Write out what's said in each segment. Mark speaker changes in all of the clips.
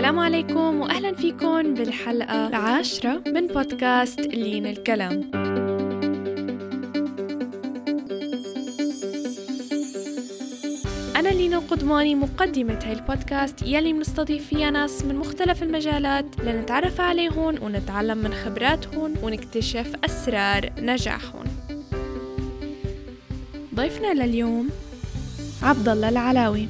Speaker 1: السلام عليكم وأهلا فيكم بالحلقة العاشرة من بودكاست لين الكلام. أنا لينا قدماني مقدمة هاي البودكاست يلي منستضيف فيها ناس من مختلف المجالات لنتعرف عليهم ونتعلم من خبراتهم ونكتشف أسرار نجاحهم. ضيفنا لليوم عبدالله العلاوي.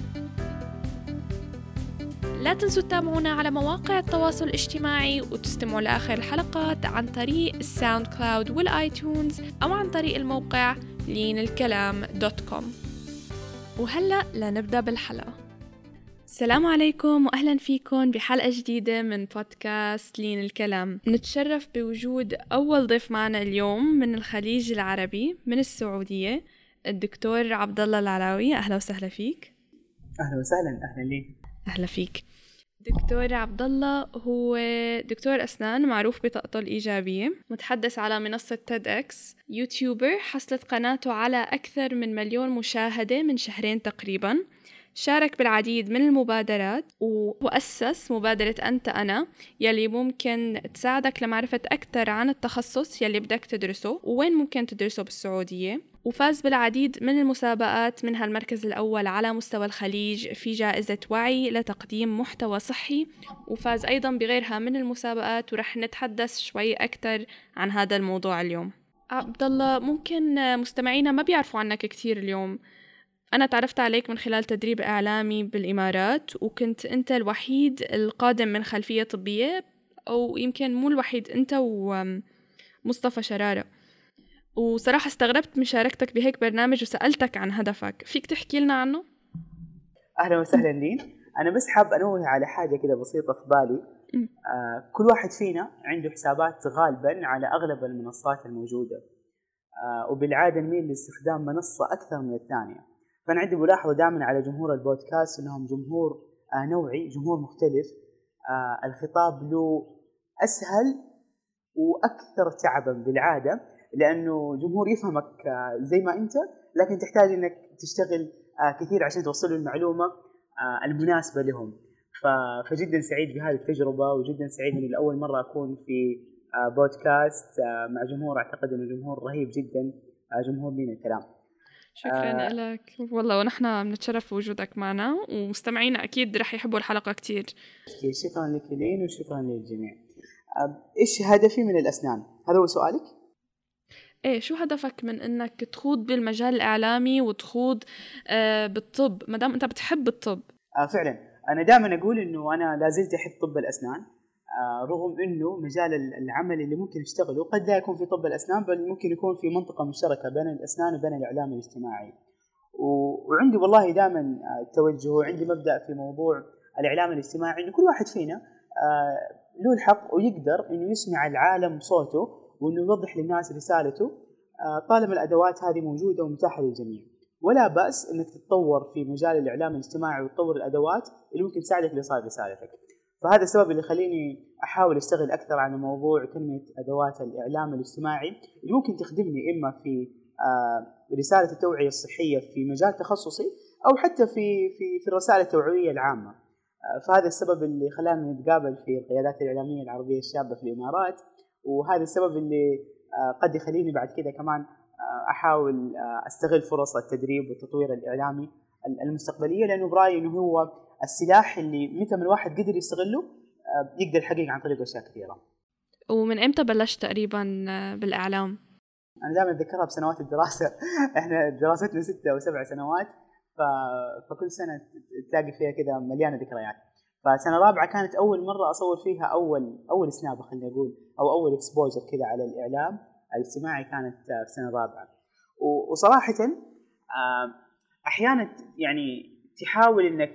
Speaker 1: لا تنسوا تتابعونا على مواقع التواصل الاجتماعي وتستمعوا لآخر الحلقات عن طريق الساوند كلاود والآيتونز أو عن طريق الموقع linelkalam.com. وهلأ لنبدأ بالحلقة. السلام عليكم وأهلا فيكم بحلقة جديدة من بودكاست لين الكلام. نتشرف بوجود أول ضيف معنا اليوم من الخليج العربي من السعودية، الدكتور عبدالله العلاوي. أهلا وسهلا فيك.
Speaker 2: أهلا وسهلا. أهلا لي.
Speaker 1: أهلا فيك. دكتور عبدالله هو دكتور أسنان معروف بطاقته الإيجابية، متحدث على منصة TEDx، يوتيوبر حصلت قناته على أكثر من 1,000,000 مشاهدة من شهرين تقريباً، شارك بالعديد من المبادرات وأسس مبادرة أنت أنا يلي ممكن تساعدك لمعرفة أكثر عن التخصص يلي بدك تدرسه ووين ممكن تدرسه بالسعودية، وفاز بالعديد من المسابقات منها المركز الأول على مستوى الخليج في جائزة وعي لتقديم محتوى صحي، وفاز أيضا بغيرها من المسابقات، ورح نتحدث شوي أكثر عن هذا الموضوع اليوم. عبدالله، ممكن مستمعينا ما بيعرفوا عنك كثير اليوم. أنا تعرفت عليك من خلال تدريب إعلامي بالإمارات، وكنت أنت الوحيد القادم من خلفية طبية، أو يمكن مو الوحيد، أنت ومصطفى شرارة. وصراحة استغربت مشاركتك بهيك برنامج وسألتك عن هدفك، فيك تحكي لنا عنه؟
Speaker 2: أهلا وسهلا لين. أنا بس حاب أنوه على حاجة كده بسيطة في بالي. كل واحد فينا عنده حسابات غالبا على أغلب المنصات الموجودة، وبالعادة نميل لاستخدام منصة أكثر من الثانية. فأنا عندي ملاحظة دائما على جمهور البودكاست أنهم جمهور نوعي، جمهور مختلف. الخطاب له أسهل وأكثر تعبا بالعادة، لأنه جمهور يفهمك زي ما أنت، لكن تحتاج أنك تشتغل كثير عشان توصل المعلومة المناسبة لهم. فجدا سعيد بهذه التجربة، وجدا سعيد أنه لأول مرة أكون في بودكاست مع جمهور أعتقد أنه جمهور رهيب جدا، جمهور لين الكلام.
Speaker 1: شكرا لك والله، ونحن بنتشرف بوجودك معنا، ومستمعينا أكيد رح يحبوا الحلقة كتير.
Speaker 2: شكرا لك لين، وشكرا للجميع. إيش هدفي من الأسنان؟ هذا هو سؤالك؟
Speaker 1: إيه، شو هدفك من إنك تخوض بالمجال الإعلامي وتخوض بالطب مدام أنت بتحب الطب؟
Speaker 2: فعلا أنا دائما أقول إنه أنا لازلت أحب طب الأسنان، رغم إنه مجال العمل اللي ممكن أشتغله قد لا يكون في طب الأسنان، بل ممكن يكون في منطقة مشتركة بين الأسنان وبين الإعلام الاجتماعي. وعندي والله دائما توجه، وعندي مبدأ في موضوع الإعلام الاجتماعي إنه كل واحد فينا له الحق ويقدر إنه يسمع العالم صوته، وإنه يوضح للناس رسالته، طالما الأدوات هذه موجودة ومتاحة للجميع. ولا بأس إنك تتطور في مجال الإعلام الاجتماعي وتطور الأدوات اللي ممكن تساعدك لإيصال رسالتك. فهذا السبب اللي خليني أحاول أشتغل أكثر على موضوع تنمية أدوات الإعلام الاجتماعي اللي ممكن تخدمني إما في رسالة التوعية الصحية في مجال تخصصي، أو حتى في الرسالة التوعوية العامة. فهذا السبب اللي خلانا نتقابل في القيادات الإعلامية العربية الشابة في الإمارات، وهذا السبب اللي قد يخليني بعد كده كمان أحاول أستغل فرص التدريب والتطوير الإعلامي المستقبلية، لأنه برأيي إنه هو السلاح اللي متى من الواحد قدر يستغله يقدر يحقق عن طريقه أشياء كثيرة.
Speaker 1: ومن إمتى بلشت تقريبا بالإعلام؟
Speaker 2: أنا دائما أتذكرها بسنوات الدراسة. إحنا دراستنا 6 أو 7 سنوات، فكل سنة تلاقي فيها كذا مليانة ذكريات. فسنة رابعة كانت أول مرة أصور فيها أول سناب، خلينا نقول، أو أول إكسبوجر كذا على الإعلام الاجتماعي، كانت في سنة رابعة. وصراحة أحيانا يعني تحاول إنك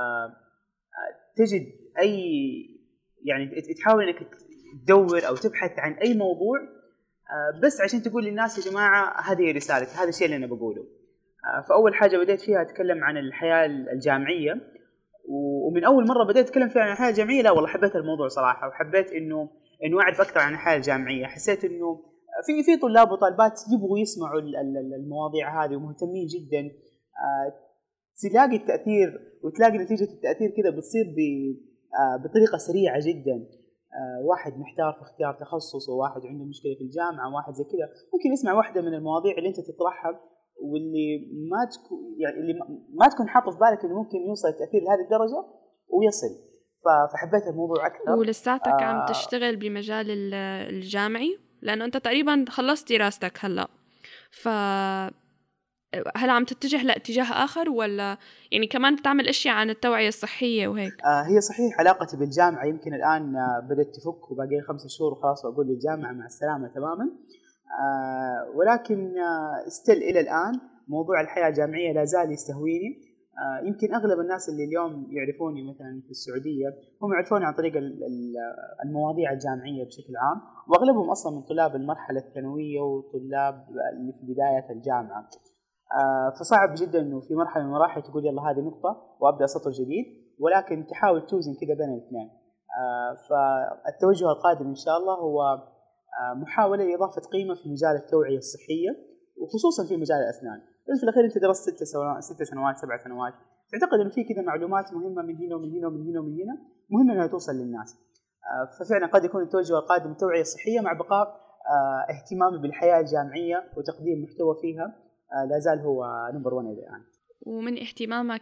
Speaker 2: تجد يعني تحاول إنك تدور أو تبحث عن أي موضوع بس عشان تقول للناس يا جماعة هذه رسالتي، هذا الشيء اللي أنا بقوله. فأول حاجة بديت فيها أتكلم عن الحياة الجامعية، ومن أول مرة بديت أتكلم فيها عن الحياة الجامعية لا والله حبيت الموضوع صراحة، وحبيت إنه أعرف أكثر عن الحياة الجامعية. حسيت إنه في طلاب وطالبات يبغوا يسمعوا المواضيع هذه ومهتمين جدا. تلاقي التأثير وتلاقي نتيجة التأثير كده بتصير بطريقة سريعة جدا. واحد محتار في اختيار تخصص، وواحد عنده مشكلة في الجامعة، واحد زي كذا، ممكن يسمع واحدة من المواضيع اللي انت تطرحها واللي ما تكون يعني اللي ما تكون حاطه في بالك انه ممكن يوصل التأثير لهذه الدرجة ويصل. فحبيت الموضوع أكثر.
Speaker 1: ولساتك عم تشتغل بمجال الجامعي؟ لأنه أنت تقريبا خلصت دراستك هلأ، هل عم تتجه لاتجاه آخر، ولا يعني كمان بتعمل أشياء عن التوعية الصحية وهيك؟
Speaker 2: هي صحيح علاقتي بالجامعة يمكن الآن بدأت تفك، وباقي 5 شهور وخلاص وأقول للجامعة مع السلامة تماما. ولكن استل إلى الآن موضوع الحياة الجامعية لا زال يستهويني. يمكن أغلب الناس اللي اليوم يعرفوني مثلا في السعودية هم يعرفوني عن طريق المواضيع الجامعية بشكل عام، وأغلبهم أصلا من طلاب المرحلة الثانوية وطلاب اللي في بداية الجامعة. فصعب جدا إنه في مرحلة من المراحل تقول يلا هذه نقطة وأبدأ سطر جديد، ولكن تحاول توزن كذا بين الاثنين. فالتوجه القادم إن شاء الله هو محاولة لإضافة قيمة في مجال التوعية الصحية، وخصوصا في مجال الأسنان. لأن في الأخير أنت درست 6 سنوات 7 سنوات، تعتقد إنه في كذا معلومات مهمة من هنا ومن هنا ومن هنا ومن هنا مهم إنها توصل للناس. ففعلا قد يكون التوجه القادم التوعية الصحية مع بقاء اهتمامي بالحياة الجامعية وتقديم محتوى فيها لا زال هو نمبر 1 الآن.
Speaker 1: ومن اهتمامك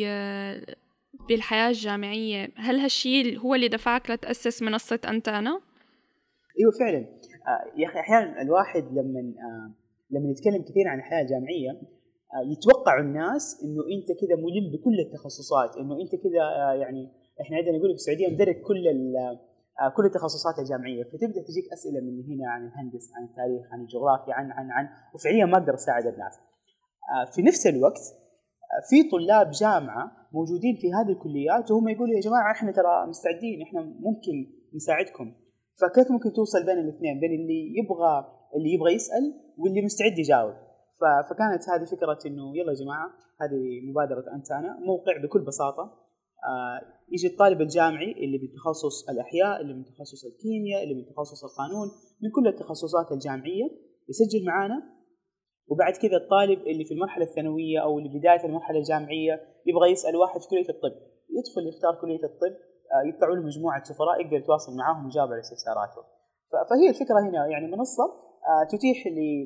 Speaker 1: بالحياة الجامعية، هل هالشيء هو اللي دفعك لتأسس منصة أنت أنا؟
Speaker 2: ايوه فعلا. يا اخي احيانا الواحد لما يتكلم كثير عن الحياه الجامعيه يتوقع الناس انه انت كذا ملم بكل التخصصات، انه انت كذا يعني احنا عندنا نقول في السعوديه مدرك كل التخصصات الجامعيه، فتبدا تجيك اسئله من هنا عن الهندسه، عن التاريخ، عن الجغرافيا، عن وفعليا ما اقدر اساعد الناس. في نفس الوقت في طلاب جامعه موجودين في هذه الكليات وهم يقولوا يا جماعه احنا ترى مستعدين، احنا ممكن نساعدكم. فكيف ممكن توصل بين الاثنين، بين اللي يبغى يسأل واللي مستعد يجاوب؟ فكانت هذه فكرة إنه يلا يا جماعة هذه مبادرة أنت أنا، موقع بكل بساطة يجي الطالب الجامعي اللي بتخصص الأحياء، اللي من تخصص الكيمياء، اللي من تخصص القانون، من كل التخصصات الجامعية يسجل معانا. وبعد كذا الطالب اللي في المرحلة الثانوية أو اللي بداية المرحلة الجامعية يبغى يسأل واحد في كلية الطب، يدخل يختار كلية الطب، يطلعوا له مجموعة سفراء يقدر يتواصل معاهم ويجاوب على استفساراته. فهي الفكرة هنا يعني منصة تتيح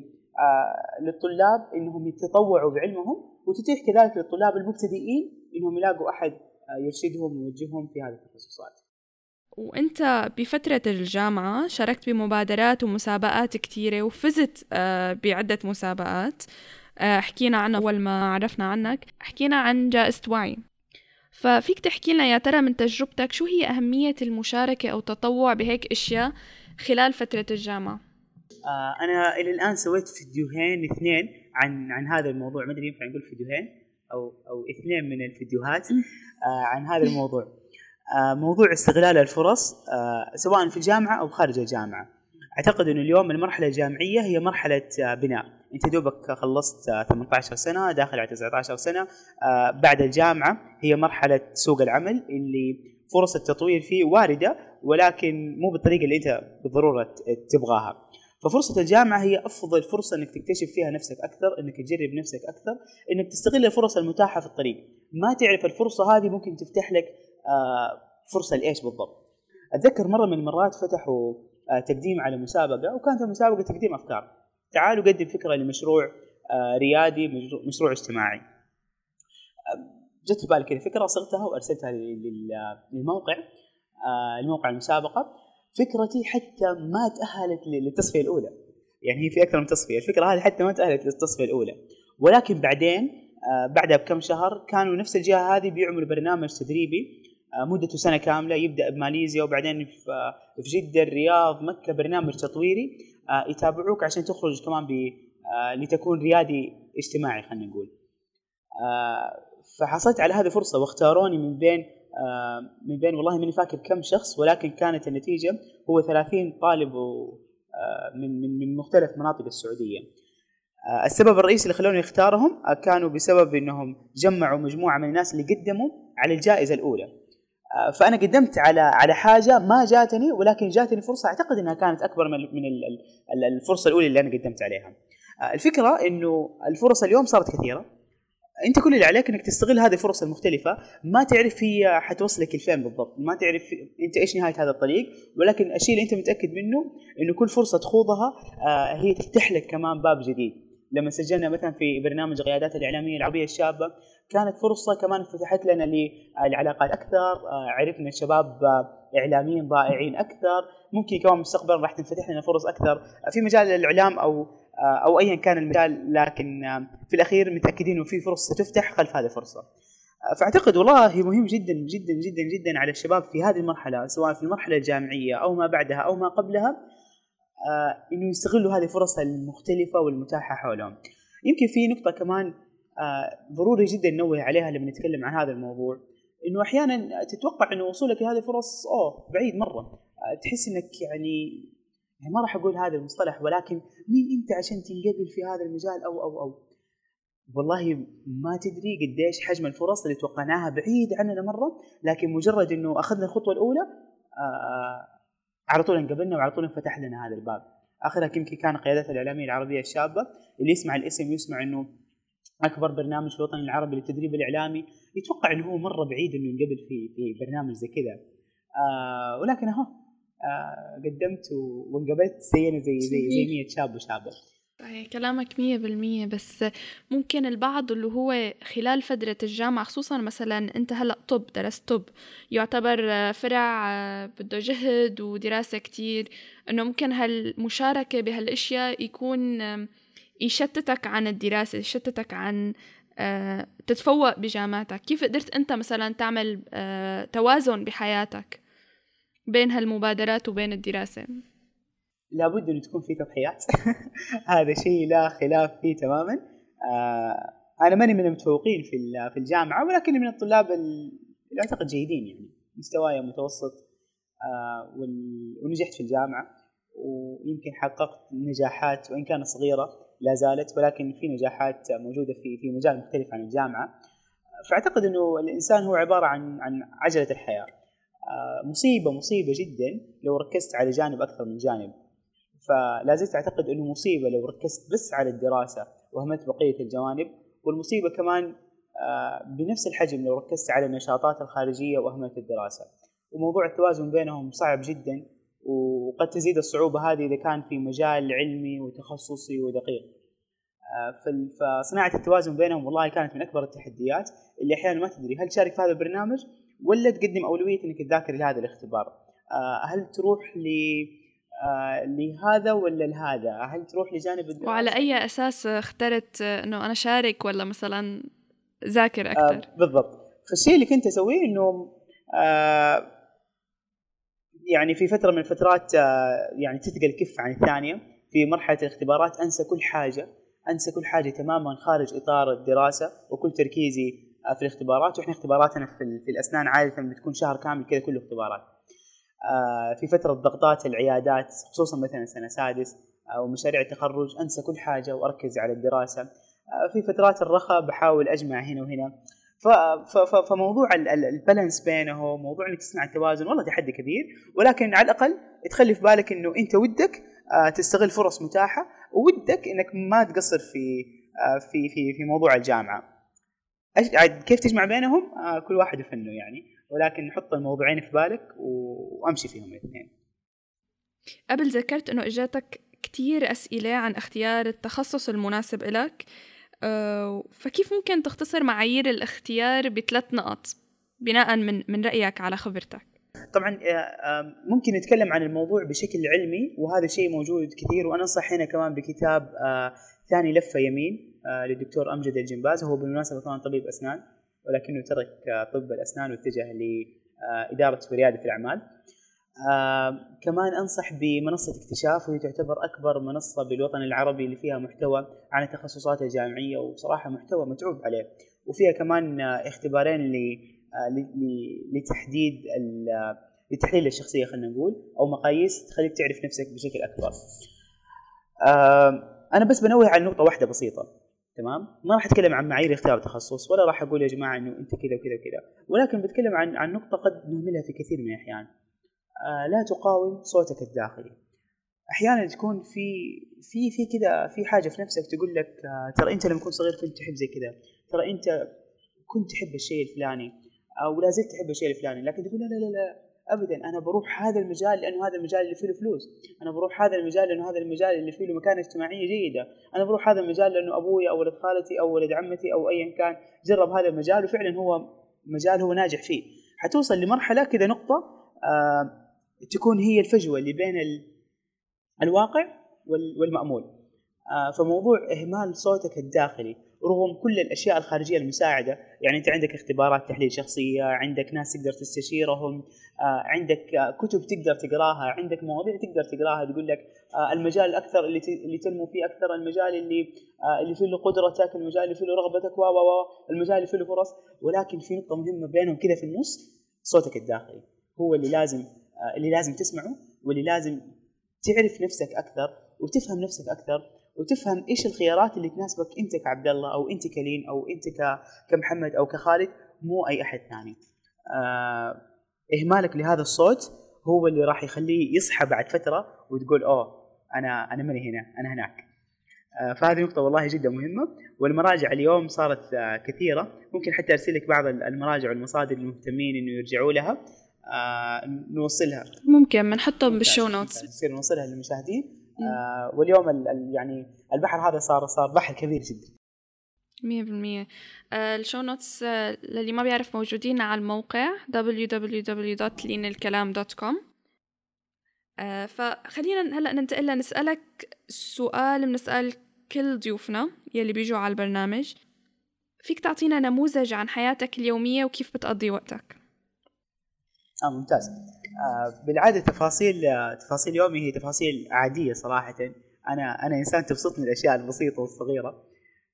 Speaker 2: للطلاب إنهم يتطوعوا بعلمهم، وتتيح كذلك للطلاب المبتدئين إنهم يلاقوا أحد يرشدهم ويوجههم في هذه التخصصات.
Speaker 1: وأنت بفترة الجامعة شاركت بمبادرات ومسابقات كتيرة وفزت بعدة مسابقات، حكينا عنها أول ما عرفنا عنك، حكينا عن جائزة وعي. ففيك تحكي لنا يا ترى من تجربتك شو هي أهمية المشاركة أو التطوع بهيك أشياء خلال فترة الجامعة؟
Speaker 2: أنا إلى الآن سويت فيديوهين 2 عن هذا الموضوع، ما أدري ينفع نقول فيديوهين أو 2 من الفيديوهات عن هذا الموضوع. موضوع استغلال الفرص سواء في الجامعة أو خارج الجامعة. أعتقد أن اليوم المرحلة الجامعية هي مرحلة بناء، أنت دوبك خلصت 18 سنة داخل على 19 سنة. بعد الجامعة هي مرحلة سوق العمل اللي فرص التطوير فيه واردة، ولكن مو بالطريقة اللي أنت بالضرورة تبغاها. ففرصة الجامعة هي أفضل فرصة أنك تكتشف فيها نفسك أكثر، أنك تجرب نفسك أكثر، أنك تستغل الفرص المتاحة في الطريق. ما تعرف الفرصة هذه ممكن تفتح لك فرصة لإيش بالضبط. أتذكر مرة من المرات فتحوا تقديم على مسابقة، وكانت المسابقة تقديم أفكار، تعالوا قدم فكرة لمشروع ريادي، مشروع اجتماعي. جت في بالي كذا فكرة، صغتها وأرسلتها للموقع المسابقة. فكرتي حتى ما تأهلت للتصفية الأولى، يعني هي في أكثر من تصفية، الفكرة هذه حتى ما تأهلت للتصفية الأولى. ولكن بعدين بعدها بكم شهر كانوا نفس الجهة هذه بيعملوا برنامج تدريبي مدته سنة كاملة، يبدأ بماليزيا وبعدين في جدة، الرياض، مكة، برنامج تطويري يتابعوك عشان تخرج كمان لتكون ريادي اجتماعي خلينا نقول. فحصلت على هذه الفرصة واختاروني من بين والله ماني فاكر كم شخص، ولكن كانت النتيجة هو 30 طالب من مختلف مناطق السعودية. السبب الرئيسي اللي خلوني اختارهم كانوا بسبب انهم جمعوا مجموعة من الناس اللي قدموا على الجائزة الأولى. فأنا قدمت على حاجة ما جاتني، ولكن جاتني فرصة أعتقد أنها كانت أكبر من الفرصة الأولى اللي أنا قدمت عليها. الفكرة إنه الفرص اليوم صارت كثيرة، انت كل اللي عليك انك تستغل هذه الفرص المختلفه. ما تعرف هي حتوصلك لفين بالضبط، ما تعرف انت ايش نهايه هذا الطريق، ولكن الشيء اللي انت متاكد منه انه كل فرصه تخوضها هي تفتح لك كمان باب جديد. لما سجلنا مثلا في برنامج قيادات الاعلاميه العربيه الشابه، كانت فرصه كمان فتحت لنا للعلاقات اكثر، عرفنا شباب اعلاميين ضائعين اكثر، ممكن كمان مستقبلا راح تنفتح لنا فرص اكثر في مجال الاعلام او ايا كان المجال، لكن في الاخير متاكدين انه في فرص ستفتح خلف هذه الفرصه. فاعتقد والله مهم جدا جدا جدا جدا على الشباب في هذه المرحله، سواء في المرحله الجامعيه او ما بعدها او ما قبلها، انه يستغلوا هذه الفرص المختلفه والمتاحه حولهم. يمكن في نقطه كمان ضروري جدا ننوه عليها لما نتكلم عن هذا الموضوع، انه احيانا تتوقع انه وصولك لهذه الفرص بعيد مره، تحس انك يعني ما راح اقول هذا المصطلح، ولكن مين انت عشان تنقبل في هذا المجال او والله ما تدري قديش حجم الفرص اللي توقعناها بعيد عننا مره، لكن مجرد انه اخذنا الخطوه الاولى على طول انقبلنا وعلى طول انفتح لنا هذا الباب. اخرها يمكن كان قيادات الاعلاميه العربيه الشابه، اللي يسمع الاسم يسمع انه اكبر برنامج في الوطن العربي للتدريب الاعلامي، يتوقع انه هو مره بعيد انه ينقبل في برنامج زي كذا، ولكن اهو قدمت وانقبلت زينا زي 100 شاب وشابه.
Speaker 1: كلامك 100%. بس ممكن البعض اللي هو خلال فترة الجامعة، خصوصا مثلا انت هلأ درست طب، يعتبر فرع بده جهد ودراسة كتير، انه ممكن هالمشاركة بهالاشياء يكون يشتتك عن الدراسة، يشتتك عن تتفوق بجامعتك. كيف قدرت انت مثلا تعمل توازن بحياتك بين هالمبادرات وبين الدراسة؟
Speaker 2: لابد أن تكون في تضحيات هذا شيء لا خلاف فيه تماما. أنا ماني من المتفوقين في الجامعة، ولكن من الطلاب اللي أعتقد جيدين، يعني مستواي متوسط، ونجحت في الجامعة، ويمكن حققت نجاحات وإن كانت صغيرة لا زالت، ولكن في نجاحات موجودة في مجال مختلف عن الجامعة. فأعتقد أنه الإنسان هو عبارة عن عجلة الحياة. مصيبة جدا لو ركزت على جانب أكثر من جانب، فلا زلت أعتقد أنه مصيبة لو ركزت بس على الدراسة وهملت بقية الجوانب، والمصيبة كمان بنفس الحجم لو ركزت على النشاطات الخارجية وهملت الدراسة. وموضوع التوازن بينهم صعب جدا، وقد تزيد الصعوبة هذه إذا كان في مجال علمي وتخصصي ودقيق. فصناعة التوازن بينهم والله كانت من أكبر التحديات، اللي أحيانا ما تدري هل تشارك في هذا البرنامج ولا تقدم أولوية أنك تذاكر لهذا الاختبار، هل تروح لهذا ولا لهذا، هل تروح لجانب الدراسة،
Speaker 1: وعلى أي أساس اخترت أنه أنا شارك ولا مثلا ذاكر أكتر.
Speaker 2: بالضبط. فالشيء اللي كنت أسويه أنه يعني في فترة من الفترات يعني تثقل كف عن الثانية في مرحلة الاختبارات، أنسى كل حاجة تماما خارج إطار الدراسة، وكل تركيزي في الاختبارات. وإحنا اختباراتنا في الأسنان عادة بتكون شهر كامل كذا كله اختبارات. في فترة ضغطات العيادات خصوصا مثلا سنة سادس أو مشاريع التخرج، أنسى كل حاجة وأركز على الدراسة. في فترات الرخاء بحاول أجمع هنا وهنا. فموضوع البالانس بينه، موضوع انك تصنع التوازن، والله تحدي كبير، ولكن على الاقل تخلي في بالك انه انت ودك تستغل فرص متاحه، وودك انك ما تقصر في موضوع الجامعه. كيف تجمع بينهم؟ كل واحد وفنه يعني، ولكن حط الموضوعين في بالك وامشي فيهم الاثنين.
Speaker 1: قبل ذكرت انه اجاتك كتير اسئله عن اختيار التخصص المناسب لك، فكيف ممكن تختصر معايير الاختيار ب3 نقط بناء من رأيك على خبرتك؟
Speaker 2: طبعا ممكن نتكلم عن الموضوع بشكل علمي، وهذا شيء موجود كثير، وأنا أنصح هنا كمان بكتاب ثاني لفة يمين للدكتور أمجد الجنباز. هو بالمناسبة طبعا طبيب أسنان، ولكنه ترك طب الأسنان واتجه لإدارة وريادة الأعمال. كمان أنصح بمنصة اكتشاف، وهي تعتبر أكبر منصة بالوطن العربي اللي فيها محتوى عن التخصصات الجامعية، وصراحة محتوى متعوب عليه، وفيها كمان اختبارين لتحليل الشخصية، خلينا نقول، أو مقاييس تخليك تعرف نفسك بشكل أكبر. أنا بس بنوه عن نقطة واحدة بسيطة، تمام؟ ما راح أتكلم عن معايير اختيار التخصص، ولا راح أقول يا جماعة إنه أنت كذا وكذا وكذا، ولكن بتكلم عن نقطة قد نهملها في كثير من الأحيان. لا تقاوم صوتك الداخلي. أحيانا تكون في كذا في حاجة في نفسك تقول لك ترى أنت لما كنت صغير كنت تحب زي كذا، ترى انت كنت تحب الشيء الفلاني او لا زلت تحب الشيء الفلاني، لكن تقول لا لا لا, لا ابدا انا بروح هذا المجال لانه هذا المجال اللي فيه فلوس، انا بروح هذا المجال لانه هذا المجال اللي فيه مكانه اجتماعيه جيده، انا بروح هذا المجال لانه ابوي او ولد خالتي او ولد عمتي او ايا كان جرب هذا المجال وفعلا هو مجال هو ناجح فيه. حتوصل لمرحله كذا نقطه تكون هي الفجوه اللي بين الواقع والمأمول. فموضوع إهمال صوتك الداخلي رغم كل الأشياء الخارجية المساعدة، يعني أنت عندك اختبارات تحليل شخصية، عندك ناس تقدر تستشيرهم، عندك كتب تقدر تقراها، عندك مواضيع تقدر تقراها تقول لك المجال الأكثر اللي تنمو فيه أكثر، المجال اللي فيه له قدرتك، المجال اللي فيه له رغبتك المجال اللي فيه له فرص. ولكن في نقطة مهمة بينهم كذا في النص، صوتك الداخلي هو اللي لازم تسمعه، واللي لازم تعرف نفسك أكثر وتفهم نفسك أكثر وتفهم إيش الخيارات اللي تناسبك أنت كعبد الله أو أنت كلين أو أنت كمحمد أو كخالد، مو أي أحد ثاني. إهمالك لهذا الصوت هو اللي راح يخليه يصحى بعد فترة وتقول أنا ماني هنا، أنا هناك. فهذه نقطة والله جدا مهمة. والمراجع اليوم صارت كثيرة، ممكن حتى أرسل لك بعض المراجع والمصادر المهتمين إنه يرجعوا لها، نوصلها،
Speaker 1: ممكن بنحطهم بالشو نوتس،
Speaker 2: نصير نوصلها للمشاهدين. واليوم يعني البحر هذا صار بحر كبير جدا
Speaker 1: 100%. الشو نوتس للي ما بيعرف موجودين على الموقع www.leanilkalam.com. فخلينا هلأ ننتقل نسألك سؤال بنسأل كل ضيوفنا يلي بيجوا على البرنامج. فيك تعطينا نموذج عن حياتك اليومية وكيف بتقضي وقتك؟
Speaker 2: ممتاز. بالعادة تفاصيل يومي هي تفاصيل عادية صراحة. أنا إنسان تبسطني الأشياء البسيطة والصغيرة.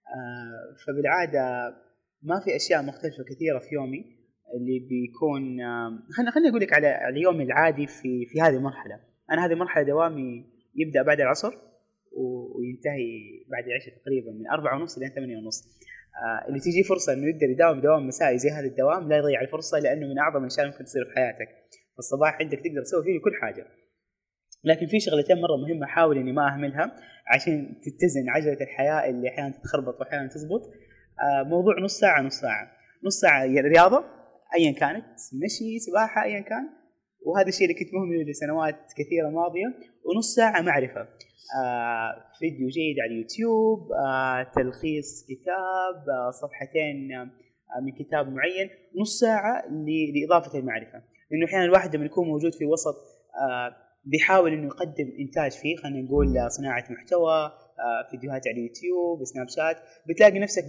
Speaker 2: فبالعادة ما في أشياء مختلفة كثيرة في يومي اللي بيكون. خليني أقول لك على اليوم العادي في هذه المرحلة. أنا هذه المرحلة دوامي يبدأ بعد العصر وينتهي بعد العشاء تقريبا من 4:30 إلى 8:30. اللي تيجي فرصة إنه يقدر يداوم دوام مسائي زي هذا الدوام لا يضيع الفرصة، لأنه من أعظم الأشياء ممكن تصير في حياتك. فالصباح عندك تقدر تسوي فيه كل حاجة. لكن في شغلتين مرة مهمة حاول إني ما أهملها عشان تتزن عجلة الحياة اللي أحيانا تتخربط وأحيانا تزبط. موضوع نص ساعة رياضة أيا كانت، مشي، سباحة، أيا كان، وهذا الشيء اللي كنت مهمل لسنوات كثيرة ماضية. ونص ساعة معرفة، فيديو جيد على اليوتيوب، تلخيص كتاب، صفحتين من كتاب معين. نص ساعة لإضافة المعرفة، لأنه أحيانا الواحد لما يكون موجود في وسط بيحاول إنه يقدم إنتاج فيه، خلينا نقول صناعة محتوى، فيديوهات على اليوتيوب، سناب شات، بتلاقي نفسك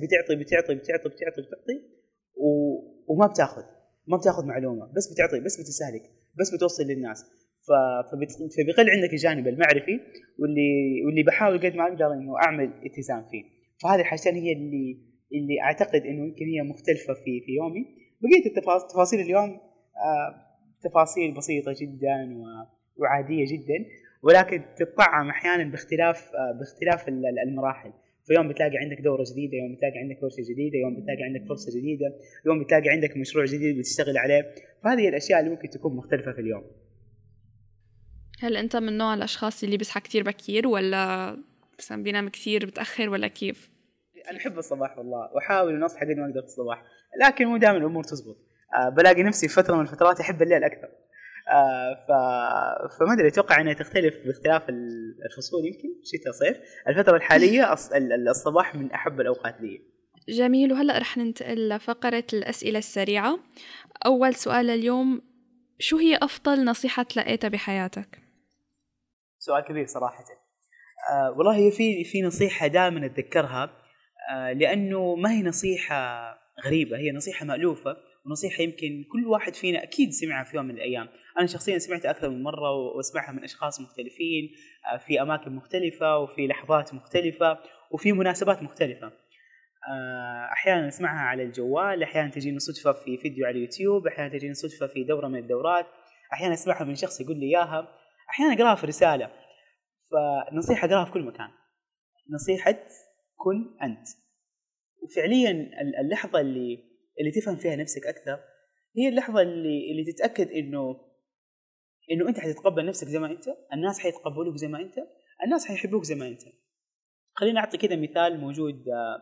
Speaker 2: بتعطي وما بتاخذ معلومة، بس بتعطي، بس بتسهلك، بس بتوصل للناس. فبيقل عندك الجانب المعرفي واللي بحاول قد ما أقدر إنه أعمل اتزان فيه. فهذه الحاجتين هي اللي أعتقد إنه يمكن هي مختلفة في يومي. بقية تفاصيل اليوم تفاصيل بسيطة جدا وعادية جدا، ولكن تتطعم أحيانا باختلاف المراحل. في يوم بتلاقي عندك دورة جديدة، يوم بتلاقي عندك ورشة جديدة، يوم بتلاقي عندك فرصة جديدة، يوم بتلاقي عندك مشروع جديد بتشتغل عليه. فهذه الأشياء اللي ممكن تكون مختلفة في اليوم.
Speaker 1: هل أنت من نوع الأشخاص اللي بيصحى كتير بكير ولا مثلا بينام كتير بتأخر ولا كيف؟
Speaker 2: أنا أحب الصباح والله، وأحاول أن أصحى قد ما أقدر في الصباح، لكن مو دائما الأمور تزبط. بلاقي نفسي في فترة من الفترات أحب الليل أكثر. فما أدري، أتوقع أنها تختلف باختلاف الفصول، يمكن شتاء صيف. الفترة الحالية الصباح من أحب الأوقات لي.
Speaker 1: جميل. وهلأ رح ننتقل لفقرة الأسئلة السريعة. أول سؤال اليوم، شو هي أفضل نصيحة تلقيتها بحياتك؟
Speaker 2: سؤال كبير صراحة. والله هي في نصيحة دائما أتذكرها، لأنه ما هي نصيحة غريبة، هي نصيحة مألوفة، ونصيحة يمكن كل واحد فينا أكيد سمعها في يوم من الأيام. أنا شخصيا سمعتها أكثر من مرة وأسمعها من أشخاص مختلفين في أماكن مختلفة وفي لحظات مختلفة وفي مناسبات مختلفة. أحيانا نسمعها على الجوال، أحيانا تجينا صدفة في فيديو على اليوتيوب، أحيانا تجينا صدفة في دورة من الدورات، أحيانا أسمعها من شخص يقول لي إياها، أحيانا أقراها في رسالة. فنصيحة أقراها في كل مكان، نصيحة كن أنت. وفعليا اللحظة اللي تفهم فيها نفسك أكثر هي اللحظة اللي تتأكد إنه أنت حتتقبل نفسك زي ما أنت، الناس حيتقبلوك زي ما أنت، الناس حيحبوك زي ما أنت. خلينا أعطي كده مثال موجود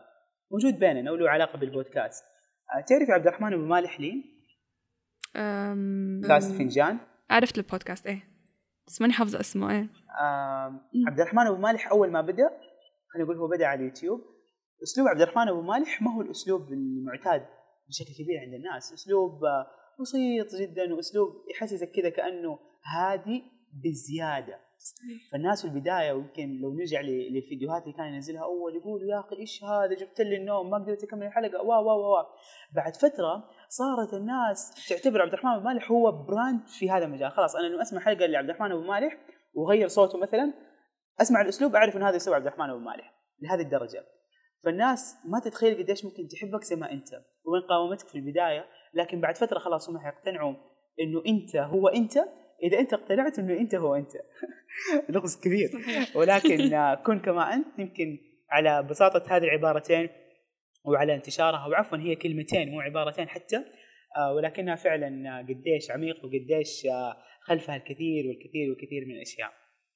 Speaker 2: موجود بيننا وله علاقة بالبودكاست. تعرف عبد الرحمن أبو مالح لين؟ بودكاست فنجان.
Speaker 1: عرفت البودكاست إيه بس ماني حافظة اسمه إيه.
Speaker 2: عبد الرحمن أبو مالح أول ما بدأ، خلينا نقول هو بدأ على اليوتيوب، أسلوب عبد الرحمن أبو مالح ما هو الأسلوب المعتاد بشكل كبير عند الناس. أسلوب بسيط جدا، وأسلوب يحسسك كذا كأنه هادي بزيادة. فالناس في البداية، ويمكن لو نرجع للفيديوهات اللي كان ينزلها أول، يقولوا يا أخي إيش هذا، جبت لي النوم، ما قدرت أكمل الحلقة، واو. بعد فترة صارت الناس تعتبر عبد الرحمن أبو مالح هو براند في هذا المجال. خلاص أنا لما أسمع حلقة لعبد الرحمن أبو مالح وغير صوته مثلا، أسمع الأسلوب أعرف إن هذا أسلوب عبد الرحمن أبو مالح لهذه الدرجة. فالناس ما تتخيل قديش ممكن تحبك زي ما أنت، وين قاومتك في البداية، لكن بعد فترة خلاص هم حيقتنعوا إنه أنت هو أنت. إذا أنت اقتنعت إنه أنت هو أنت لغز كبير. ولكن كن كما أنت، يمكن على بساطة هذه العبارتين وعلى انتشارها، وعفوا هي كلمتين مو عبارتين حتى، ولكنها فعلا قديش عميق وقديش خلفها الكثير والكثير والكثير من الأشياء.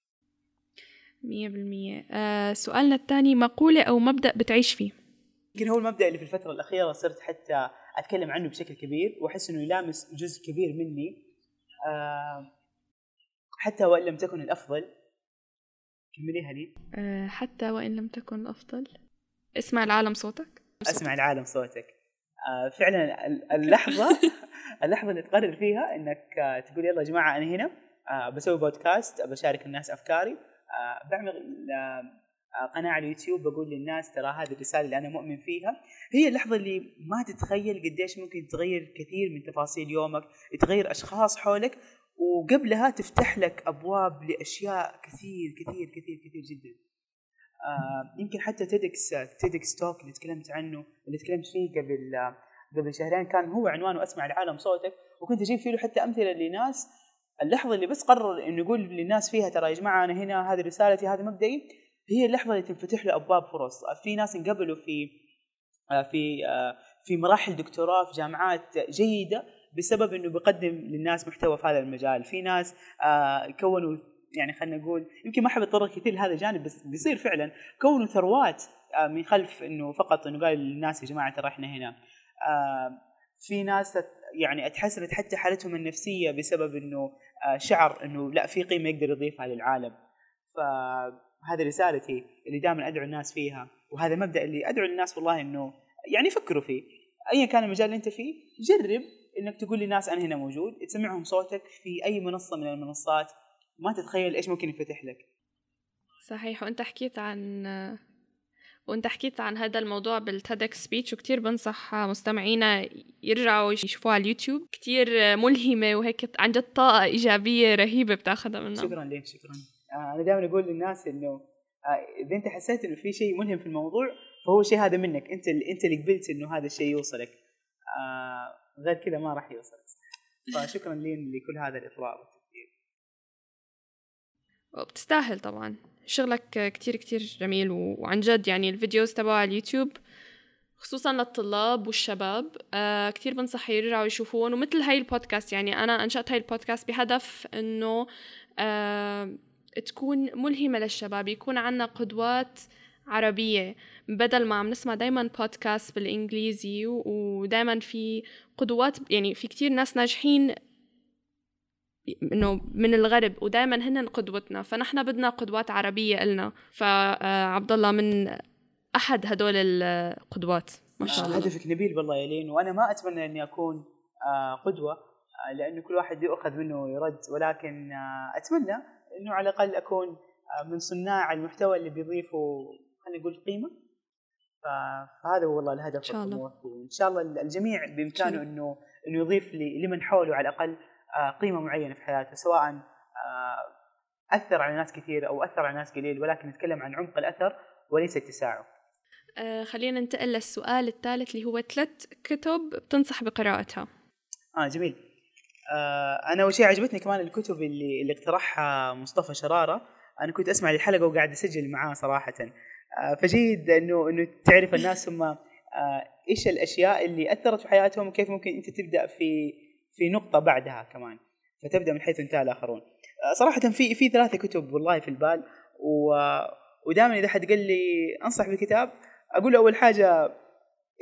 Speaker 1: 100%. سؤالنا الثاني، مقولة أو مبدأ بتعيش فيه؟
Speaker 2: يمكن هو المبدأ اللي في الفترة الأخيرة صرت حتى أتكلم عنه بشكل كبير، وأحس إنه يلامس جزء كبير مني، حتى وإن لم تكن الأفضل. كمليها لي.
Speaker 1: حتى وإن لم تكن الأفضل، اسمع العالم صوتك.
Speaker 2: أسمع العالم صوتك. فعلا اللحظة اللي تقرر فيها إنك تقول يلا يا جماعة أنا هنا بسوي بودكاست، بشارك الناس أفكاري، بعمل قناة على اليوتيوب، بقول للناس ترى هذه الرسالة اللي أنا مؤمن فيها. هي اللحظة اللي ما تتخيل قديش ممكن تغير كثير من تفاصيل يومك، تغير أشخاص حولك، وقبلها تفتح لك أبواب لأشياء كثير كثير كثير كثير جدا. يمكن حتى تيدكس توك اللي تكلمت عنه، اللي تكلمت فيه قبل شهرين، كان هو عنوانه أسمع العالم صوتك، وكنت أجيب فيه حتى أمثلة لناس اللحظة اللي بس قرر إنه يقول للناس فيها ترى يا جماعة أنا هنا، هذه رسالتي، هذا مبدئي. هي اللحظة اللي تنفتح له أبواب فرص. في ناس انقبلوا في مراحل دكتوراه في جامعات جيدة بسبب إنه بيقدم للناس محتوى في هذا المجال. في ناس كونوا، يعني خلنا نقول، يمكن ما أحب أتطرق كثير لهذا الجانب، بس بيصير فعلا كونوا ثروات من خلف إنه فقط إنه قال للناس يا جماعة ترى إحنا هنا. في ناس يعني اتحسنت حتى حالتهم النفسية بسبب إنه شعر إنه لا في قيمة يقدر يضيفها للعالم. فهذه رسالتي اللي دائما أدعو الناس فيها، وهذا مبدأ اللي أدعو الناس والله إنه يعني فكروا فيه. أيا كان المجال اللي أنت فيه، جرب إنك تقول للناس أنا هنا موجود، تسمعهم صوتك في أي منصة من المنصات، ما تتخيل إيش ممكن يفتح لك.
Speaker 1: صحيح. وانت حكيت عن هذا الموضوع بالتيدكس سبيتش، وكتير بنصح مستمعينا يرجعوا يشوفوها على اليوتيوب، كتير ملهمة وهيك عن جد طاقة إيجابية رهيبة بتاخذها منها.
Speaker 2: شكرا لك. شكرا. أنا دائما أقول للناس إنه إذا أنت حسيت إنه في شيء ملهم في الموضوع، فهو شيء هذا منك أنت اللي قبلت إنه هذا الشيء يوصلك، غير كذا ما راح يوصلك. فشكرا لين لكل هذا الإطلاع والتفكير.
Speaker 1: وبتستاهل طبعا، شغلك كتير كتير جميل، وعن جد يعني الفيديوز تبع على اليوتيوب خصوصا للطلاب والشباب كتير بنصح يرجعوا يشوفون. ومثل هاي البودكاست، يعني أنا أنشأت هاي البودكاست بهدف إنه تكون ملهمة للشباب، يكون عنا قدوات عربية، بدل ما عم نسمع دايما بودكاست بالإنجليزي، ودايما في قدوات، يعني في كتير ناس ناجحين إنه من الغرب ودائما هن قدوتنا، فنحن بدنا قدوات عربية إلنا. فعبد الله من أحد هدول القدوات ما شاء الله.
Speaker 2: هدفك نبيل والله يا لين، وأنا ما أتمنى أني أكون قدوة، لأنه كل واحد يأخذ منه يرد، ولكن أتمنى أنه على الأقل أكون من صناع المحتوى اللي بيضيفوا خلينا نقول قيمة. فهذا هو والله الهدف والطموح، وإن شاء الله الجميع بإمكانه إنه يضيف لمن حوله على الأقل قيمة معينة في حياته، سواء أثر على ناس كثير أو أثر على ناس قليل، ولكن نتكلم عن عمق الأثر وليس اتساعه.
Speaker 1: خلينا ننتقل للسؤال الثالث اللي هو 3 كتب بتنصح بقراءتها.
Speaker 2: جميل. أنا أول شيء عجبتني كمان الكتب اللي اقترحها مصطفى شرارة. أنا كنت أسمع الحلقة وقاعد أسجل معاه صراحة، فجيد إنه تعرف الناس هم إيش الأشياء اللي أثرت في حياتهم، وكيف ممكن أنت تبدأ في نقطة بعدها كمان، فتبدأ من حيث انتهى الآخرون. صراحة في 3 كتب والله في البال، ودائما إذا حد قال لي أنصح بكتاب أقول له أول حاجة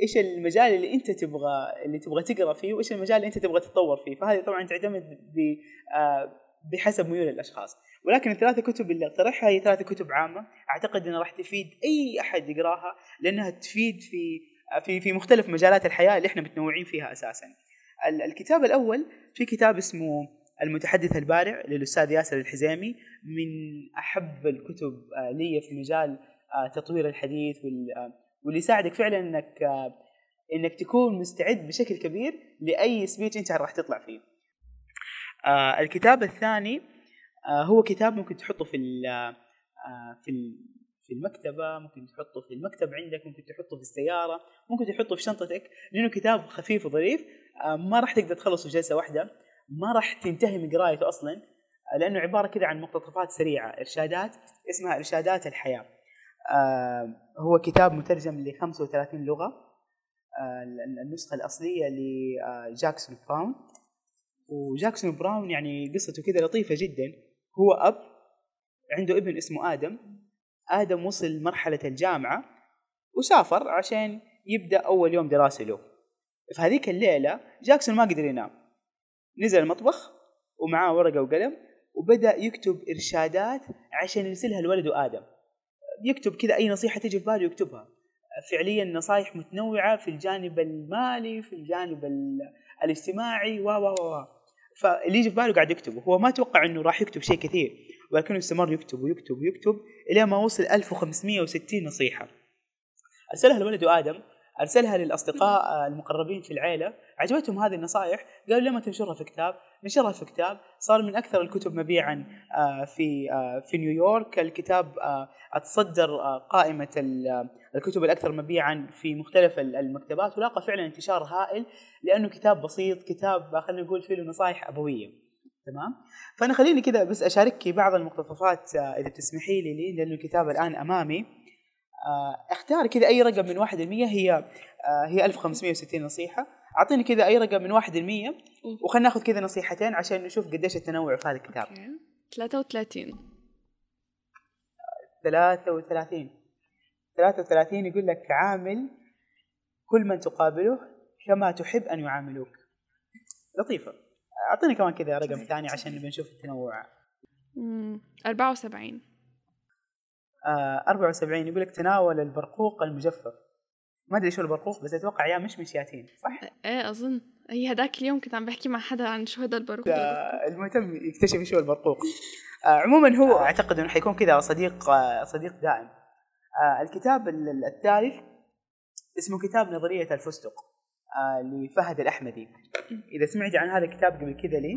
Speaker 2: ايش المجال اللي انت تبغى تقرا فيه، وايش المجال اللي انت تبغى تتطور فيه. فهذه طبعا تعتمد بحسب ميول الاشخاص. ولكن الثلاثه كتب اللي اقترحها هي ثلاثه كتب عامه، اعتقد انها راح تفيد اي احد يقراها، لانها تفيد في مختلف مجالات الحياه اللي احنا متنوعين فيها اساسا. الكتاب الاول في كتاب اسمه المتحدث البارع للاستاذ ياسر الحزيمي، من احب الكتب لي في مجال تطوير الحديث، واللي يساعدك فعلا انك تكون مستعد بشكل كبير لاي سبيتش انت راح تطلع فيه. الكتاب الثاني هو كتاب ممكن تحطه في المكتبة، ممكن تحطه في المكتب عندك، ممكن تحطه في السيارة، ممكن تحطه في شنطتك، لأنه كتاب خفيف وظريف، ما راح تقدر تخلصه في جلسة واحدة، ما راح تنتهي من قراءته أصلا، لأنه عبارة كده عن مقتطفات سريعة، إرشادات، اسمها إرشادات الحياة. هو كتاب مترجم ل 35 لغة. النسخة الأصلية لجاكسون براون. وجاكسون براون يعني قصته كده لطيفة جدا. هو أب عنده ابن اسمه آدم وصل مرحلة الجامعة وسافر عشان يبدأ أول يوم دراسي له. في هذيك الليلة جاكسون ما قدر ينام، نزل المطبخ ومعاه ورقة وقلم وبدأ يكتب إرشادات عشان يرسلها لولده آدم. يكتب كذا أي نصيحة تجي في باله يكتبها، فعليا نصائح متنوعة في الجانب المالي، في الجانب الاجتماعي فاللي يجي في باله قاعد يكتبه. هو ما توقع أنه راح يكتب شيء كثير، ولكنه استمر يكتب إلى ما وصل 1560 نصيحة. أرسلها لولده آدم، أرسلها للأصدقاء المقربين في العائلة، عجبتهم هذه النصائح، قالوا لما تنشرها في كتاب. نشرها في كتاب، صار من أكثر الكتب مبيعا في نيويورك. الكتاب أتصدر قائمة الكتب الأكثر مبيعا في مختلف المكتبات، ولاقى فعلا انتشار هائل، لأنه كتاب بسيط، كتاب خلينا نقول فيه نصائح أبوية. تمام. فأنا خليني كذا بس أشارك بعض المقتطفات إذا تسمحي لي، لأنه الكتاب الآن أمامي. اختار كذا أي رقم من 1%. هي 1560 نصيحة. أعطيني كذا أي رقم من 1%، وخلنا ناخذ كذا نصيحتين عشان نشوف قديش التنوع في هذا الكتاب. 33 يقول لك عامل كل من تقابله كما تحب أن يعاملوك. لطيفة. أعطيني كمان كذا رقم ثاني عشان نبي نشوف التنوع.
Speaker 1: 74
Speaker 2: يقول لك تناول البرقوق المجفف. ما أدري شو البرقوق، بس أتوقع يا مش ياتين، صح؟
Speaker 1: إيه أظن. هي هداك اليوم كنت عم بحكي مع حدا عن شو هذا البرقوق.
Speaker 2: المهتم يكتشف شو البرقوق. عموما هو أعتقد إنه حيكون كذا صديق دائم. الكتاب الثالث اسمه كتاب نظرية الفستق لفهد الأحمدي. إذا سمعت عن هذا الكتاب قبل كذا لي،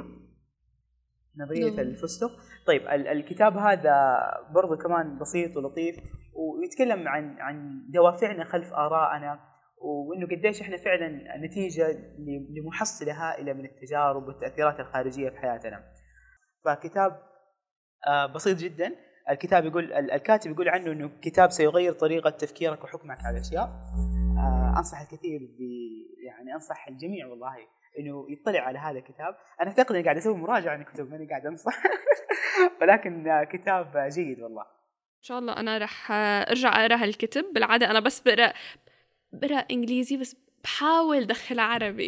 Speaker 2: نظرية الفستق. طيب الكتاب هذا برضو كمان بسيط ولطيف، ويتكلم عن دوافعنا خلف آرائنا، وإنه قديش إحنا فعلا نتيجة لمحصلة هائلة من التجارب والتأثيرات الخارجية في حياتنا. فكتاب بسيط جدا. الكاتب يقول عنه إنه كتاب سيغير طريقة تفكيرك وحكمك على الأشياء. أنصح الكثير يعني أنصح الجميع والله إنه يطلع على هذا الكتاب. أنا أعتقد إني قاعد أسوي مراجعة عن الكتب، ماني قاعد أنصح ولكن كتاب جيد والله.
Speaker 1: إن شاء الله أنا رح أرجع أقرأ هالكتب. بالعادة أنا بس بقرأ إنجليزي، بس بحاول دخل عربي.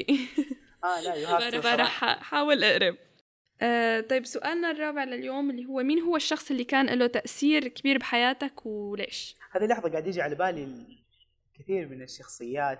Speaker 2: لا
Speaker 1: رح أحاول أقرب. طيب سؤالنا الرابع لليوم اللي هو مين هو الشخص اللي كان له تأثير كبير بحياتك وليش؟
Speaker 2: هذه اللحظة قاعد يجي على بالي كثير من الشخصيات.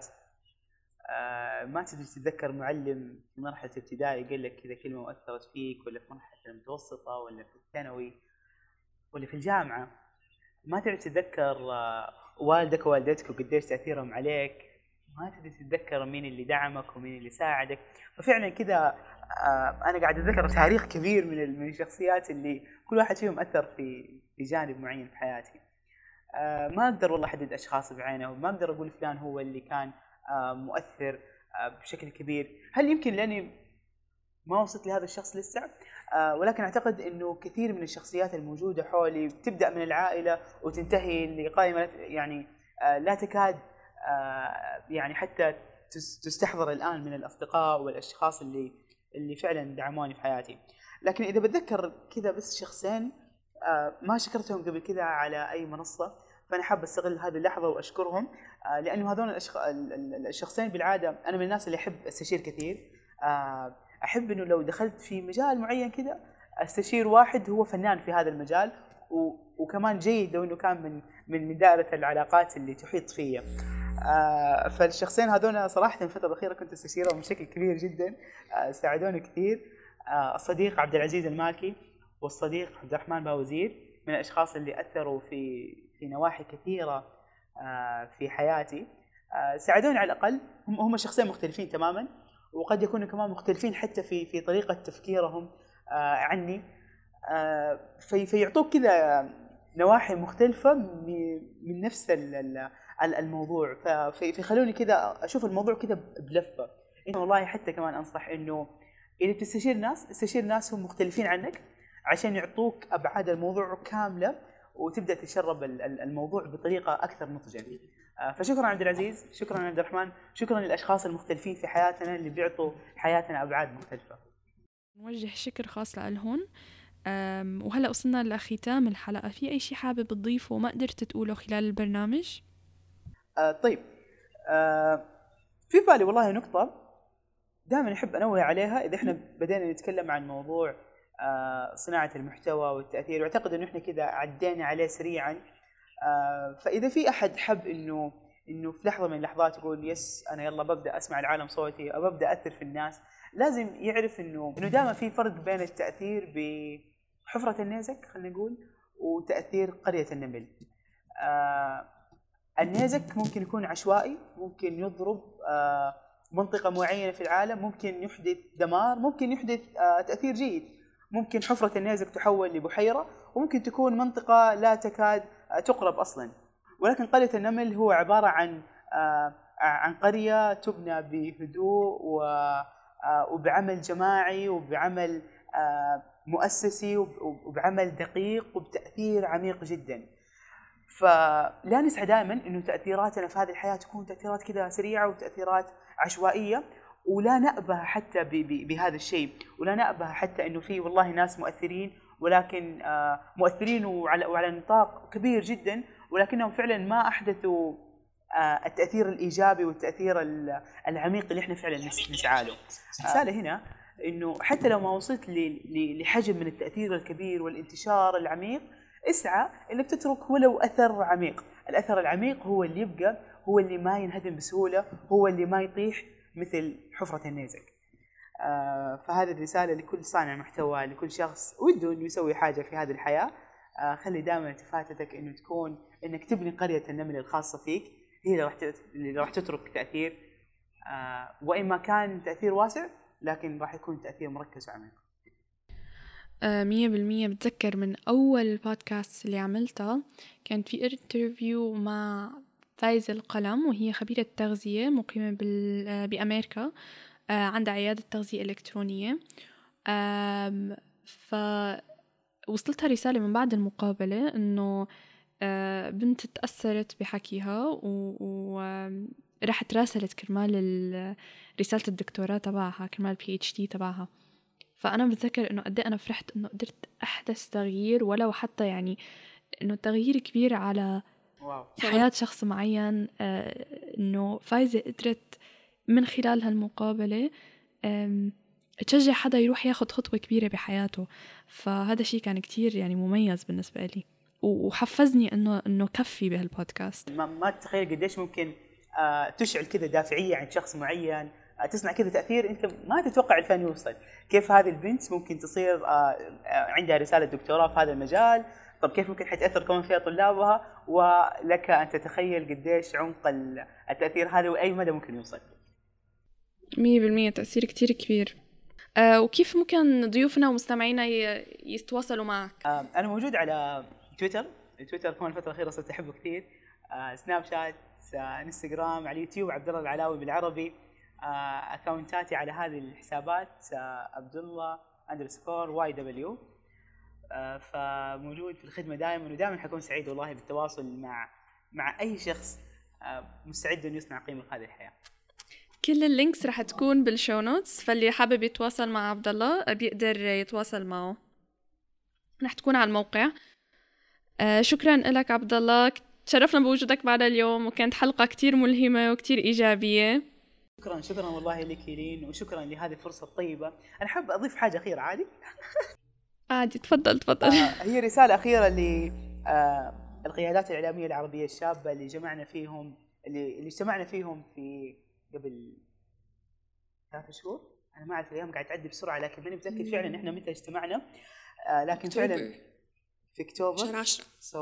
Speaker 2: ما تقدر تتذكر معلم في مرحلة ابتدائي قال لك كذا كلمة وأثرت فيك، ولا في مرحلة المتوسطة، ولا في الثانوي، ولا في الجامعة. ما تقدر تتذكر والدك ووالدتك وقديش تأثيرهم عليك. ما تقدر تتذكر مين اللي دعمك ومين اللي ساعدك. ففعلا كذا أنا قاعد أتذكر تاريخ كبير من الشخصيات اللي كل واحد فيهم أثر في جانب معين في حياتي. ما أقدر والله أحدد أشخاص بعينه، وما أقدر أقول فلان هو اللي كان مؤثر بشكل كبير. هل يمكن لأني ما وصلت لهذا الشخص لسه؟ ولكن أعتقد أنه كثير من الشخصيات الموجودة حولي تبدأ من العائلة وتنتهي لقائمة يعني لا تكاد يعني حتى تستحضر الآن من الأصدقاء والأشخاص اللي فعلا دعموني في حياتي. لكن إذا بتذكر كذا بس شخصين ما شكرتهم قبل كذا على أي منصة، فأنا حاب أستغل هذه اللحظة وأشكرهم، لأنه هذول الشخصين بالعادة أنا من الناس اللي أحب أستشير كثير. أحب إنه لو دخلت في مجال معين كذا أستشير واحد هو فنان في هذا المجال، وكمان جيد لو إنه كان من دائرة العلاقات اللي تحيط فيا. فالشخصين هذول صراحة الفترة الأخيرة كنت استشيرهم بشكل كبير جدا، ساعدوني كثير. الصديق عبد العزيز المالكي والصديق عبد الرحمن باوزير من الأشخاص اللي أثروا في نواحي كثيرة في حياتي. ساعدوني على الأقل. هم شخصين مختلفين تماما، وقد يكونوا كمان مختلفين حتى في طريقة تفكيرهم عني، فيعطوك كذا نواحي مختلفة من نفس الموضوع، فيخلوني كذا أشوف الموضوع كذا بلفة. إنه والله حتى كمان أنصح إنه إذا تستشير ناس استشير ناس هم مختلفين عنك عشان يعطوك أبعاد الموضوع كاملة، وتبدأ تشرب الموضوع بطريقة أكثر نضجا. فشكرا عبد العزيز، شكرا عبد الرحمن، شكرا للأشخاص المختلفين في حياتنا اللي بيعطوا حياتنا أبعاد مختلفة.
Speaker 1: نوجه شكر خاص لهم. وهلأ وصلنا لختام الحلقة، في أي شيء حابب تضيفه وما قدرت تقوله خلال البرنامج؟
Speaker 2: طيب، في بالي والله نقطة دائما أحب أنوه عليها إذا إحنا بدينا نتكلم عن موضوع صناعة المحتوى والتأثير، وأعتقد إنه إحنا كذا عدينا عليه سريعا. فإذا في أحد حب إنه في لحظة من اللحظات يقول يس أنا يلا ببدأ أسمع العالم صوتي أو ببدأ أثر في الناس، لازم يعرف إنه دائما في فرق بين التأثير بحفرة النيزك خلينا نقول وتأثير قرية النمل. النيزك ممكن يكون عشوائي، ممكن يضرب منطقة معينة في العالم، ممكن يحدث دمار، ممكن يحدث تأثير جيد. ممكن حفرة النيزك تحول لبحيرة، وممكن تكون منطقة لا تكاد تقرب أصلا. ولكن قرية النمل هو عبارة عن قرية تبنى بهدوء وبعمل جماعي وبعمل مؤسسي وبعمل دقيق وبتأثير عميق جدا. فلا نسعى دائما إنه تأثيراتنا في هذه الحياة تكون تأثيرات كذا سريعة وتأثيرات عشوائية، ولا نأبه حتى بهذا الشيء، ولا نأبه حتى إنه في والله ناس مؤثرين، ولكن مؤثرين وعلى نطاق كبير جدا، ولكنهم فعلا ما أحدثوا التأثير الإيجابي والتأثير العميق اللي إحنا فعلا نسعى له. رسالة هنا إنه حتى لو ما وصلت لحجم من التأثير الكبير والانتشار العميق، اسعى إنك تترك ولو أثر عميق. الأثر العميق هو اللي يبقى، هو اللي ما ينهدم بسهولة، هو اللي ما يطيح مثل حفرة النيزك. فهذه الرسالة لكل صانع محتوى، لكل شخص وده إنه يسوي حاجة في هذه الحياة. خلي دائما تفاتتك إنك تبني قرية النمل الخاصة فيك، هي اللي راح تترك تأثير، وإن ما كان تأثير واسع لكن راح يكون تأثير مركز وعميق.
Speaker 1: 100% بتذكر من أول بودكاست اللي عملتها كانت في انترفيو مع فايزة القلم، وهي خبيرة تغذية مقيمة بأمريكا، عندها عيادة تغذية إلكترونية. فوصلتها رسالة من بعد المقابلة إنه بنت تأثرت بحكيها ورحت راسلت كرمال رسالة الدكتوراه تبعها، كرمال PhD تبعها. فأنا بتذكر إنه قد أنا فرحت إنه قدرت أحدث تغيير، ولو حتى يعني إنه تغيير كبير على حياة شخص معين. إنه فايزة قدرت من خلال هالمقابلة تشجع حدا يروح ياخد خطوة كبيرة بحياته. فهذا شيء كان كتير يعني مميز بالنسبة لي، وحفزني إنه كفي بهالبودكاست.
Speaker 2: ما تتخيل قديش ممكن تشعل كذا دافعية عند شخص معين، تصنع كذا تأثير أنت ما تتوقع الفن يوصل. كيف هذه البنت ممكن تصير عندها رسالة دكتوراه في هذا المجال؟ طب كيف ممكن حتأثر كمان فيها طلابها؟ ولك أن تتخيل قديش عمق التأثير هذا وأي مدى ممكن يوصل.
Speaker 1: 100% تأثير كتير كبير. وكيف ممكن ضيوفنا ومستمعينا يتواصلوا معك؟
Speaker 2: أنا موجود على تويتر كمان الفترة الأخيرة صرت أحبه كثير. سناب شات، انستغرام، على يوتيوب عبد الله العلاوي بالعربي. أكاونتاتي على هذه الحسابات عبدالله _YW. فموجود في الخدمة دائما، ودائما حكون سعيد والله بالتواصل مع أي شخص مستعد أن يصنع قيمة في هذه الحياة.
Speaker 1: كل اللينكس رح تكون بالشو نوتس، فاللي حابب يتواصل مع عبد الله بيقدر يتواصل معه، رح تكون على الموقع. شكرا لك عبد الله، تشرفنا بوجودك معنا اليوم، وكانت حلقة كتير ملهمة وكتير إيجابية.
Speaker 2: شكرا والله لك لين، وشكرا لهذه الفرصة الطيبة. أنا حاب أضيف حاجة أخيرة.
Speaker 1: عادي، تفضل.
Speaker 2: هي رسالة أخيرة للقيادات الإعلامية العربية الشابة اللي اجتمعنا فيهم في قبل 3 شهور. أنا ما أعرف، الأيام قاعد تعدي بسرعة لكن ماني متأكد فعلا إحنا متى اجتمعنا. لكن فعلا في أكتوبر،
Speaker 3: شهر 10.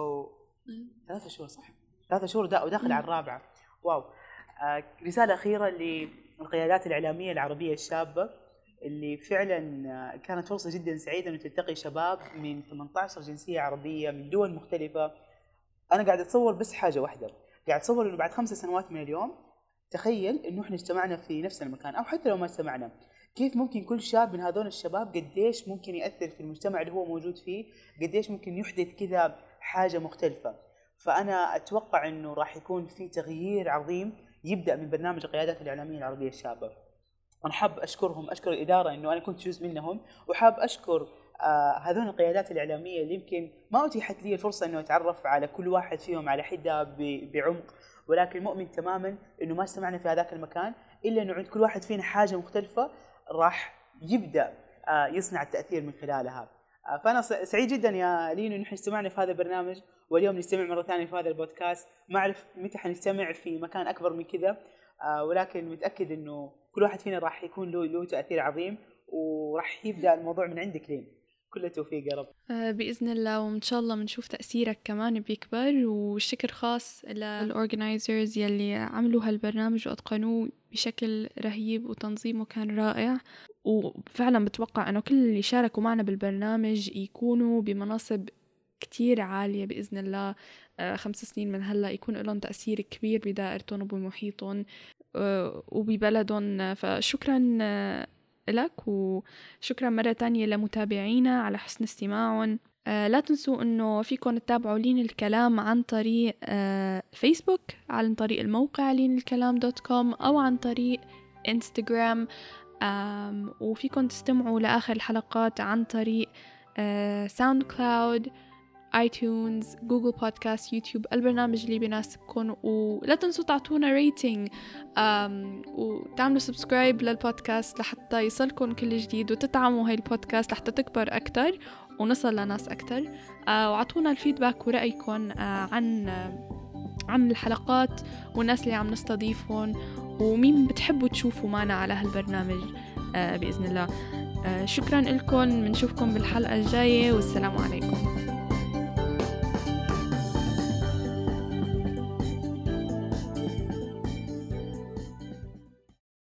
Speaker 2: 3 شهور صح؟ 3 شهور وداخل على 4. واو. رسالة أخيرة للقيادات الإعلامية العربية الشابة اللي فعلا كانت فرصة جدا سعيدة أن تلتقي شباب من 18 جنسية عربية من دول مختلفة. أنا قاعد أتصور بس حاجة واحدة، قاعد أتصور أنه بعد 5 سنوات من اليوم تخيل أنه إحنا اجتمعنا في نفس المكان، أو حتى لو ما اجتمعنا، كيف ممكن كل شاب من هذول الشباب قديش ممكن يأثر في المجتمع اللي هو موجود فيه، قديش ممكن يحدث كذا حاجة مختلفة. فأنا أتوقع أنه راح يكون في تغيير عظيم يبدأ من برنامج القيادات الإعلامية العربية الشابة. أنا حاب أشكرهم، أشكر الإدارة إنه أنا كنت جزء منهم، وحاب أشكر هذول القيادات الإعلامية اللي يمكن ما أتيحت لي الفرصة إنه أتعرف على كل واحد فيهم على حدة بعمق، ولكن مؤمن تماماً إنه ما استمعنا في هذاك المكان إلا إنه عند كل واحد فينا حاجة مختلفة راح يبدأ يصنع التأثير من خلالها. فأنا سعيد جدا يا لين إنه إحنا استمعنا في هذا البرنامج، واليوم نستمع مرة ثانية في هذا البودكاست. ما أعرف متى حنستمع في مكان أكبر من كذا، ولكن متأكد إنه كل واحد فينا راح يكون له تأثير عظيم، وراح يبدأ الموضوع من عندك لين. كل التوفيق يا رب.
Speaker 1: بإذن الله، وإن شاء الله بنشوف تأثيرك كمان بيكبر. والشكر خاص للأورجنايزرز يلي عملوا هالبرنامج وأتقنوه بشكل رهيب، وتنظيمه كان رائع. وفعلا بتوقع أنه كل اللي شاركوا معنا بالبرنامج يكونوا بمناصب كتير عالية بإذن الله. 5 سنين من هلأ يكون لهم تأثير كبير بدائرتهم وبمحيطهم وببلدهم. فشكرا لك، وشكرا مرة تانية لمتابعينا على حسن استماعهم. لا تنسوا أنه فيكم تتابعوا لين الكلام عن طريق فيسبوك، عن طريق الموقع linelkalam.com، أو عن طريق إنستغرام. وفيكم تستمعوا لآخر الحلقات عن طريق ساوند كلاود، آيتونز، جوجل بودكاست، يوتيوب، البرنامج اللي بيناسبكم. ولا تنسوا تعطونا ريتنج وتعملوا سبسكرايب للبودكاست لحتى يصلكم كل جديد، وتدعموا هاي البودكاست لحتى تكبر أكتر ونصل لناس أكتر. وعطونا الفيدباك ورأيكم عن الحلقات والناس اللي عم نستضيفهم، ومين بتحبوا تشوفوا معنا على هالبرنامج بإذن الله. شكرا لكم، بنشوفكم بالحلقة الجاية، والسلام عليكم.